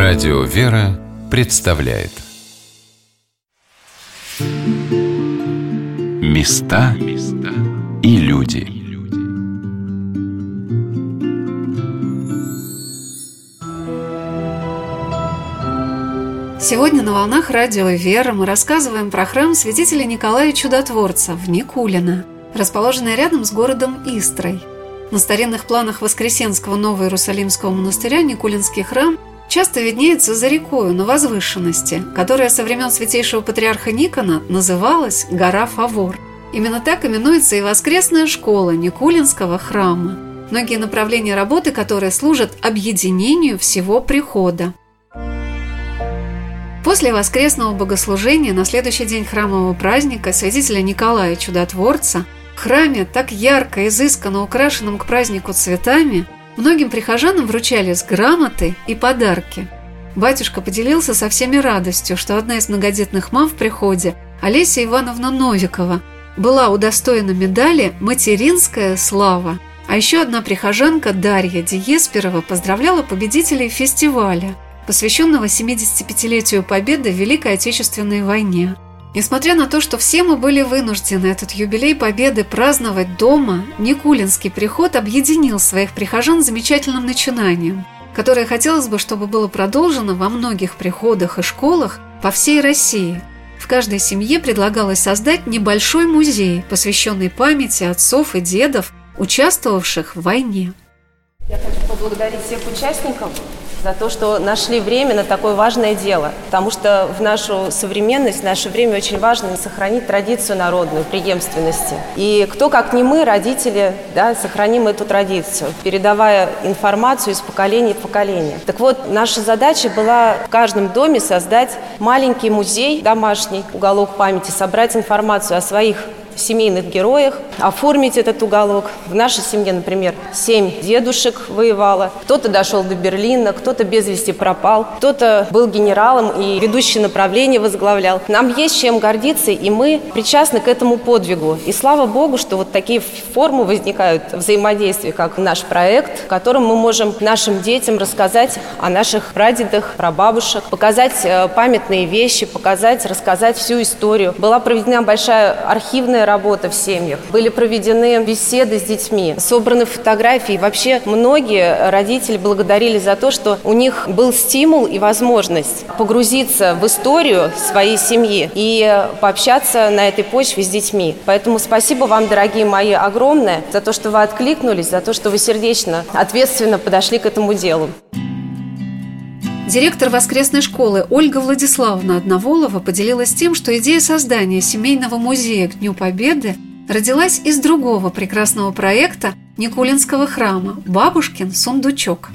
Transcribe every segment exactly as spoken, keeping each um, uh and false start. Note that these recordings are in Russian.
Радио «Вера» представляет Места и люди. Сегодня на волнах Радио «Вера» мы рассказываем про храм святителя Николая Чудотворца в Никулино, расположенный рядом с городом Истрой. На старинных планах Воскресенского Новоиерусалимского монастыря Никулинский храм часто виднеется за рекою на возвышенности, которая со времен святейшего патриарха Никона называлась Гора Фавор. Именно так именуется и воскресная школа Никулинского храма, многие направления работы которой служат объединению всего прихода. После воскресного богослужения на следующий день храмового праздника святителя Николая Чудотворца в храме, так ярко и изысканно украшенном к празднику цветами, многим прихожанам вручались грамоты и подарки. Батюшка поделился со всеми радостью, что одна из многодетных мам в приходе, Олеся Ивановна Новикова, была удостоена медали «Материнская слава». А еще одна прихожанка, Дарья Диесперова, поздравляла победителей фестиваля, посвященного семидесятипятилетию Победы в Великой Отечественной войне. Несмотря на то, что все мы были вынуждены этот юбилей Победы праздновать дома, Никулинский приход объединил своих прихожан замечательным начинанием, которое хотелось бы, чтобы было продолжено во многих приходах и школах по всей России. В каждой семье предлагалось создать небольшой музей, посвященный памяти отцов и дедов, участвовавших в войне. Я хочу поблагодарить всех участников за то, что нашли время на такое важное дело. Потому что в нашу современность, в наше время очень важно сохранить традицию народную, преемственности. И кто, как не мы, родители, да, сохраним эту традицию, передавая информацию из поколения в поколение. Так вот, наша задача была в каждом доме создать маленький музей, домашний уголок памяти, собрать информацию о своих семейных героях, оформить этот уголок. В нашей семье, например, семь дедушек воевало. Кто-то дошел до Берлина, кто-то без вести пропал, кто-то был генералом и ведущее направление возглавлял. Нам есть чем гордиться, и мы причастны к этому подвигу. И слава Богу, что вот такие формы возникают взаимодействия, как наш проект, в котором мы можем нашим детям рассказать о наших прадедах, прабабушек, показать памятные вещи, показать, рассказать всю историю. Была проведена большая архивная работа в семьях. Были проведены беседы с детьми, собраны фотографии. Вообще многие родители благодарили за то, что у них был стимул и возможность погрузиться в историю своей семьи и пообщаться на этой почве с детьми. Поэтому спасибо вам, дорогие мои, огромное за то, что вы откликнулись, за то, что вы сердечно, ответственно подошли к этому делу. Директор воскресной школы Ольга Владиславовна Одноволова поделилась тем, что идея создания семейного музея к Дню Победы родилась из другого прекрасного проекта Никулинского храма «Бабушкин сундучок».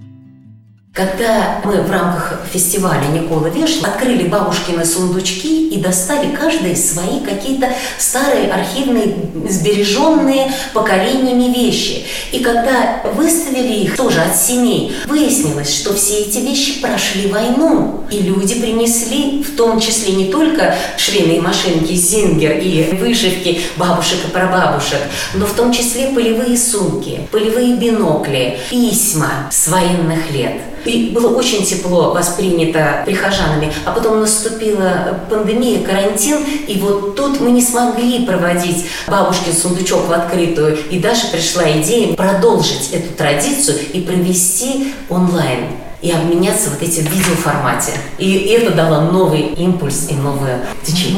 Когда мы в рамках фестиваля Никола Вешний открыли бабушкины сундучки и достали каждый свои какие-то старые архивные, сбереженные поколениями вещи. И когда выставили их тоже от семей, выяснилось, что все эти вещи прошли войну. И люди принесли, в том числе не только швейные машинки «Зингер» и вышивки бабушек и прабабушек, но в том числе полевые сумки, полевые бинокли, письма с военных лет. И было очень тепло воспринято прихожанами. А потом наступила пандемия, карантин, и вот тут мы не смогли проводить бабушкин сундучок в открытую. И даже пришла идея продолжить эту традицию и провести онлайн, и обменяться вот этим в видеоформате. И это дало новый импульс и новое течение.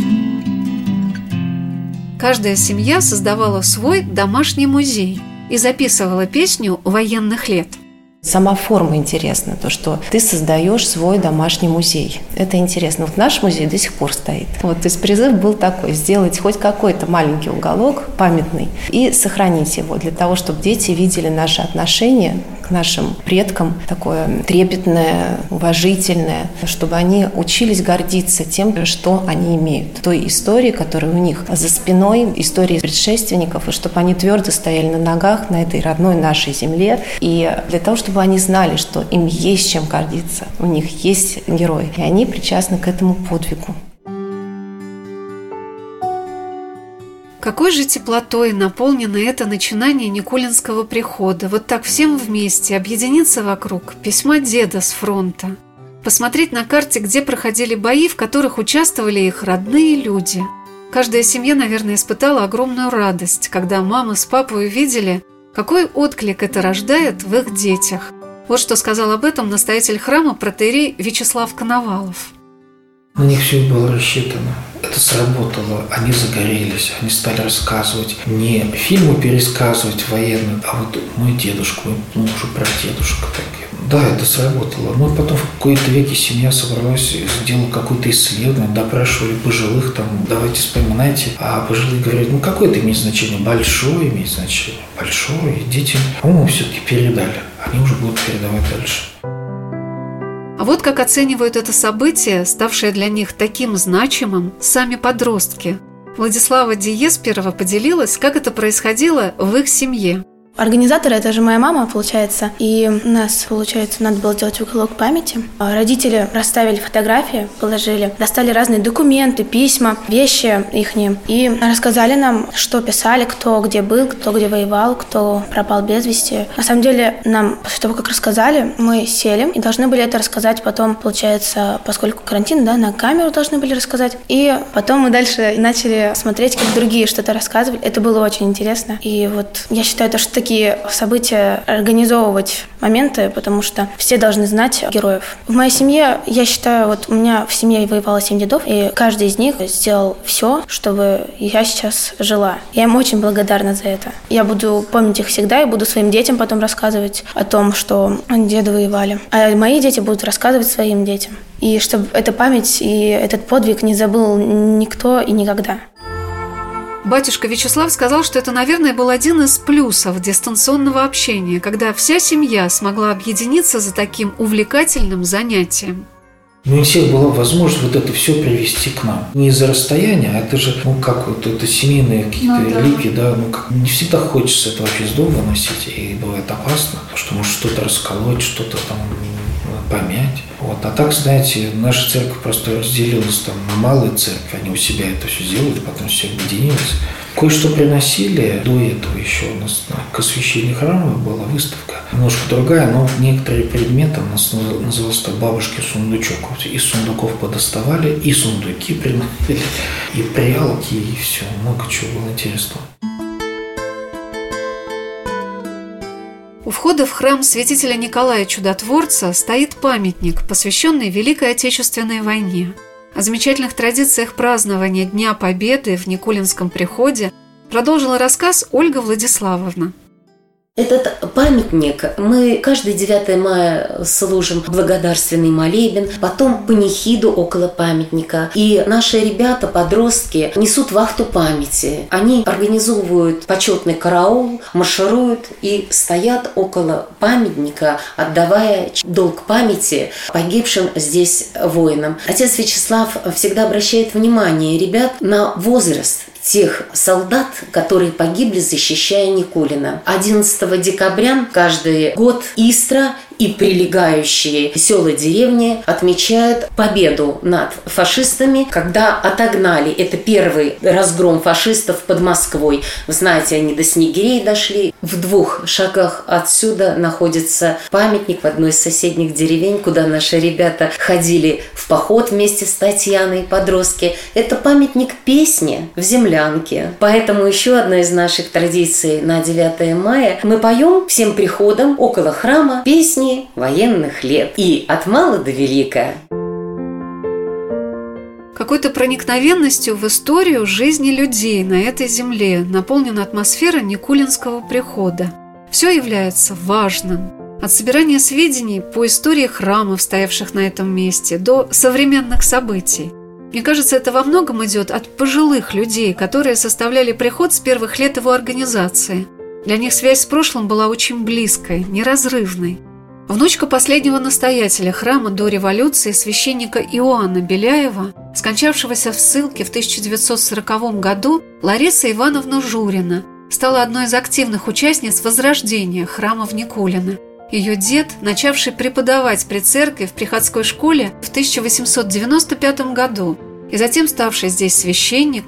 Каждая семья создавала свой домашний музей и записывала песню военных лет. Сама форма интересна, то, что ты создаешь свой домашний музей. Это интересно. Вот наш музей до сих пор стоит. Вот, то есть призыв был такой: сделать хоть какой-то маленький уголок памятный и сохранить его для того, чтобы дети видели наши отношения к нашим предкам, такое трепетное, уважительное, чтобы они учились гордиться тем, что они имеют, той историей, которая у них за спиной, истории предшественников, и чтобы они твердо стояли на ногах на этой родной нашей земле, и для того, чтобы они знали, что им есть чем гордиться, у них есть герои, и они причастны к этому подвигу. Какой же теплотой наполнено это начинание Никулинского прихода. Вот так всем вместе объединиться вокруг письма деда с фронта. Посмотреть на карте, где проходили бои, в которых участвовали их родные люди. Каждая семья, наверное, испытала огромную радость, когда мама с папой увидели, какой отклик это рождает в их детях. Вот что сказал об этом настоятель храма протоиерей Вячеслав Коновалов. На них все было рассчитано. Это сработало. Они загорелись, они стали рассказывать. Не фильмы пересказывать военные, а вот мой дедушка, мой муж, прадедушка. Да, это сработало. Ну, потом в какой-то веке семья собралась, сделала какое-то исследование, допрашивали пожилых, там, давайте вспоминайте. А пожилые говорят, ну, какое это имеет значение? Большое имеет значение. Большое. И дети, по-моему, все-таки передали. Они уже будут передавать дальше. А вот как оценивают это событие, ставшее для них таким значимым, сами подростки. Владислава Диесперова поделилась, как это происходило в их семье. Организатор – это же моя мама, получается, и у нас, получается, надо было делать уголок памяти. Родители расставили фотографии, положили, достали разные документы, письма, вещи ихние, и рассказали нам, что писали, кто где был, кто где воевал, кто пропал без вести. На самом деле, нам после того, как рассказали, мы сели и должны были это рассказать потом, получается, поскольку карантин, да, на камеру должны были рассказать, и потом мы дальше начали смотреть, как другие что-то рассказывали. Это было очень интересно, и вот я считаю, то, что такие события организовывать моменты, потому что все должны знать героев. В моей семье, я считаю, вот у меня в семье воевало семь дедов, и каждый из них сделал все, чтобы я сейчас жила. Я им очень благодарна за это. Я буду помнить их всегда и буду своим детям потом рассказывать о том, что деды воевали. А мои дети будут рассказывать своим детям. И чтобы эта память и этот подвиг не забыл никто и никогда. Батюшка Вячеслав сказал, что это, наверное, был один из плюсов дистанционного общения, когда вся семья смогла объединиться за таким увлекательным занятием. Ну, у всех была возможность вот это все привести к нам. Не из-за расстояния, а это же, ну, как вот это семейные какие-то ну, да. лики, да, ну, как не всегда хочется это вообще с дома выносить, и бывает опасно, что может что-то расколоть, что-то там помять. Вот. А так, знаете, наша церковь просто разделилась там на малые церкви, они у себя это все сделали, потом все объединились. Кое-что приносили до этого еще у нас ну, к освящению храма была выставка, немножко другая, но некоторые предметы у нас назывался так бабушкин сундучок. Вот из сундуков подоставали, и сундуки приносили, и прялки, и все, много чего было интересного. У входа в храм святителя Николая Чудотворца стоит памятник, посвященный Великой Отечественной войне. О замечательных традициях празднования Дня Победы в Никулинском приходе продолжила рассказ Ольга Владиславовна. Этот памятник мы каждое девятое мая служим благодарственный молебен, потом панихиду около памятника. И наши ребята, подростки, несут вахту памяти. Они организовывают почетный караул, маршируют и стоят около памятника, отдавая долг памяти погибшим здесь воинам. Отец Вячеслав всегда обращает внимание ребят на возраст тех солдат, которые погибли, защищая Никулино. одиннадцатого декабря каждый год Истра и прилегающие села деревни отмечают победу над фашистами, когда отогнали. Это первый разгром фашистов под Москвой. Вы знаете, они до Снегирей дошли. В двух шагах отсюда находится памятник в одной из соседних деревень, куда наши ребята ходили в поход вместе с Татьяной, подростки. Это памятник песни в землянке. Поэтому еще одна из наших традиций на девятое мая. Мы поем всем приходом около храма песни военных лет. И от мала до велика. Какой-то проникновенностью в историю жизни людей на этой земле наполнена атмосфера Никулинского прихода. Все является важным. От собирания сведений по истории храмов, стоявших на этом месте, до современных событий. Мне кажется, это во многом идет от пожилых людей, которые составляли приход с первых лет его организации. Для них связь с прошлым была очень близкой, неразрывной. Внучка последнего настоятеля храма до революции, священника Иоанна Беляева, скончавшегося в ссылке в тысяча девятьсот сороковом году, Лариса Ивановна Журина, стала одной из активных участниц возрождения храма в Никулино. Ее дед, начавший преподавать при церкви в приходской школе в тысяча восемьсот девяносто пятом году и затем ставший здесь священником,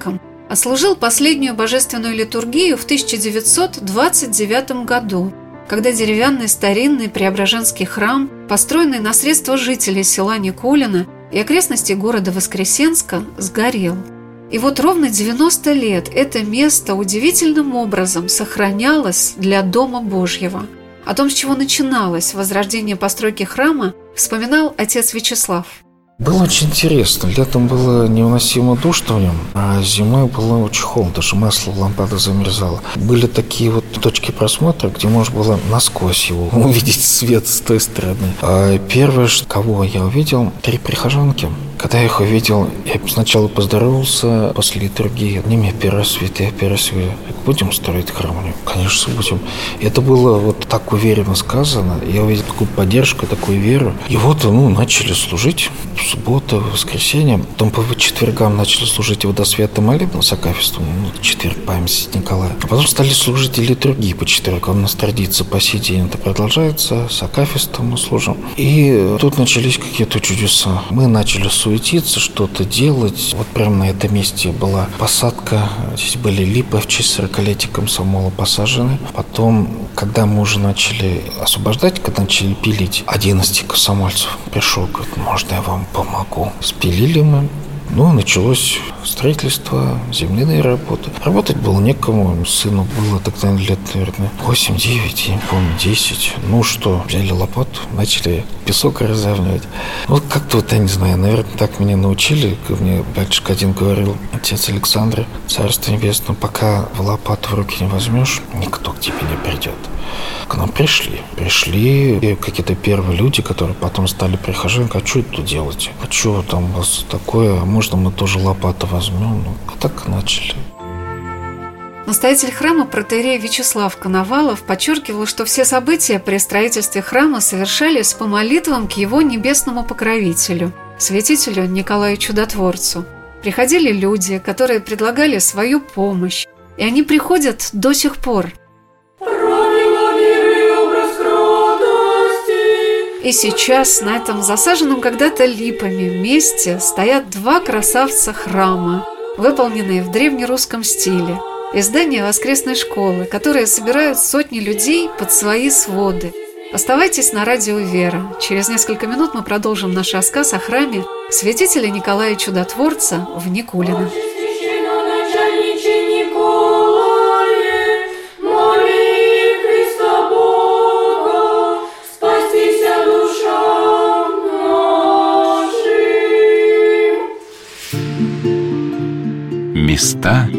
отслужил последнюю божественную литургию в тысяча девятьсот двадцать девятом году, когда деревянный старинный Преображенский храм, построенный на средства жителей села Никулино и окрестностей города Воскресенска, сгорел. И вот ровно девяносто лет это место удивительным образом сохранялось для Дома Божьего. О том, с чего начиналось возрождение постройки храма, вспоминал отец Вячеслав. Было очень интересно. Летом было невыносимо душно в нем, а зимой было очень холодно, даже масло в лампадах замерзало. Были такие вот точки просмотра, где можно было насквозь его увидеть свет с той стороны. А первое, кого я увидел, три прихожанки. Когда я их увидел, я сначала поздоровался после литургии. Они мне первый раз, святые, первый раз, будем строить храм? Конечно, будем. И это было вот так уверенно сказано. Я увидел такую поддержку, такую веру. И вот, ну, начали служить. Суббота, воскресенье. Потом по четвергам начали служить водосвятый молебен с акафистом, ну, четверг, память Святого Николая. А потом стали служить и литургии по четвергам. У нас традиция по сей день это продолжается. С акафистом мы служим. И тут начались какие-то чудеса. Мы начали суетиться, что-то делать. Вот прямо на этом месте была посадка. Здесь были липы в честь сорокалетия комсомола посажены. Потом, когда мы уже начали освобождать, когда начали пилить, одиннадцать комсомольцев пришел, говорит, можно я вам помогу. Спилили мы. Ну, началось строительство, земляные работы. Работать было некому. Сыну было тогда лет, наверное, восемь-девять, я не помню, десять. Ну что, взяли лопату, начали песок разравнивать. Вот как-то вот, я не знаю, наверное, так меня научили. Мне батюшка один говорил, отец Александр, Царство Небесное, пока в лопату в руки не возьмешь, никто к тебе не придет. К нам пришли. Пришли какие-то первые люди, которые потом стали прихожанами. А что это делать? А что там у вас такое? А можно мы тоже лопату возьмем? Ну, так начали. Настоятель храма протоиерей Вячеслав Коновалов подчеркивал, что все события при строительстве храма совершались по молитвам к его небесному покровителю, святителю Николаю Чудотворцу. Приходили люди, которые предлагали свою помощь, и они приходят до сих пор. И сейчас на этом засаженном когда-то липами месте стоят два красавца храма, выполненные в древнерусском стиле, из здания воскресной школы, которые собирают сотни людей под свои своды. Оставайтесь на радио «Вера». Через несколько минут мы продолжим наш рассказ о храме святителя Николая Чудотворца в Никулино. Места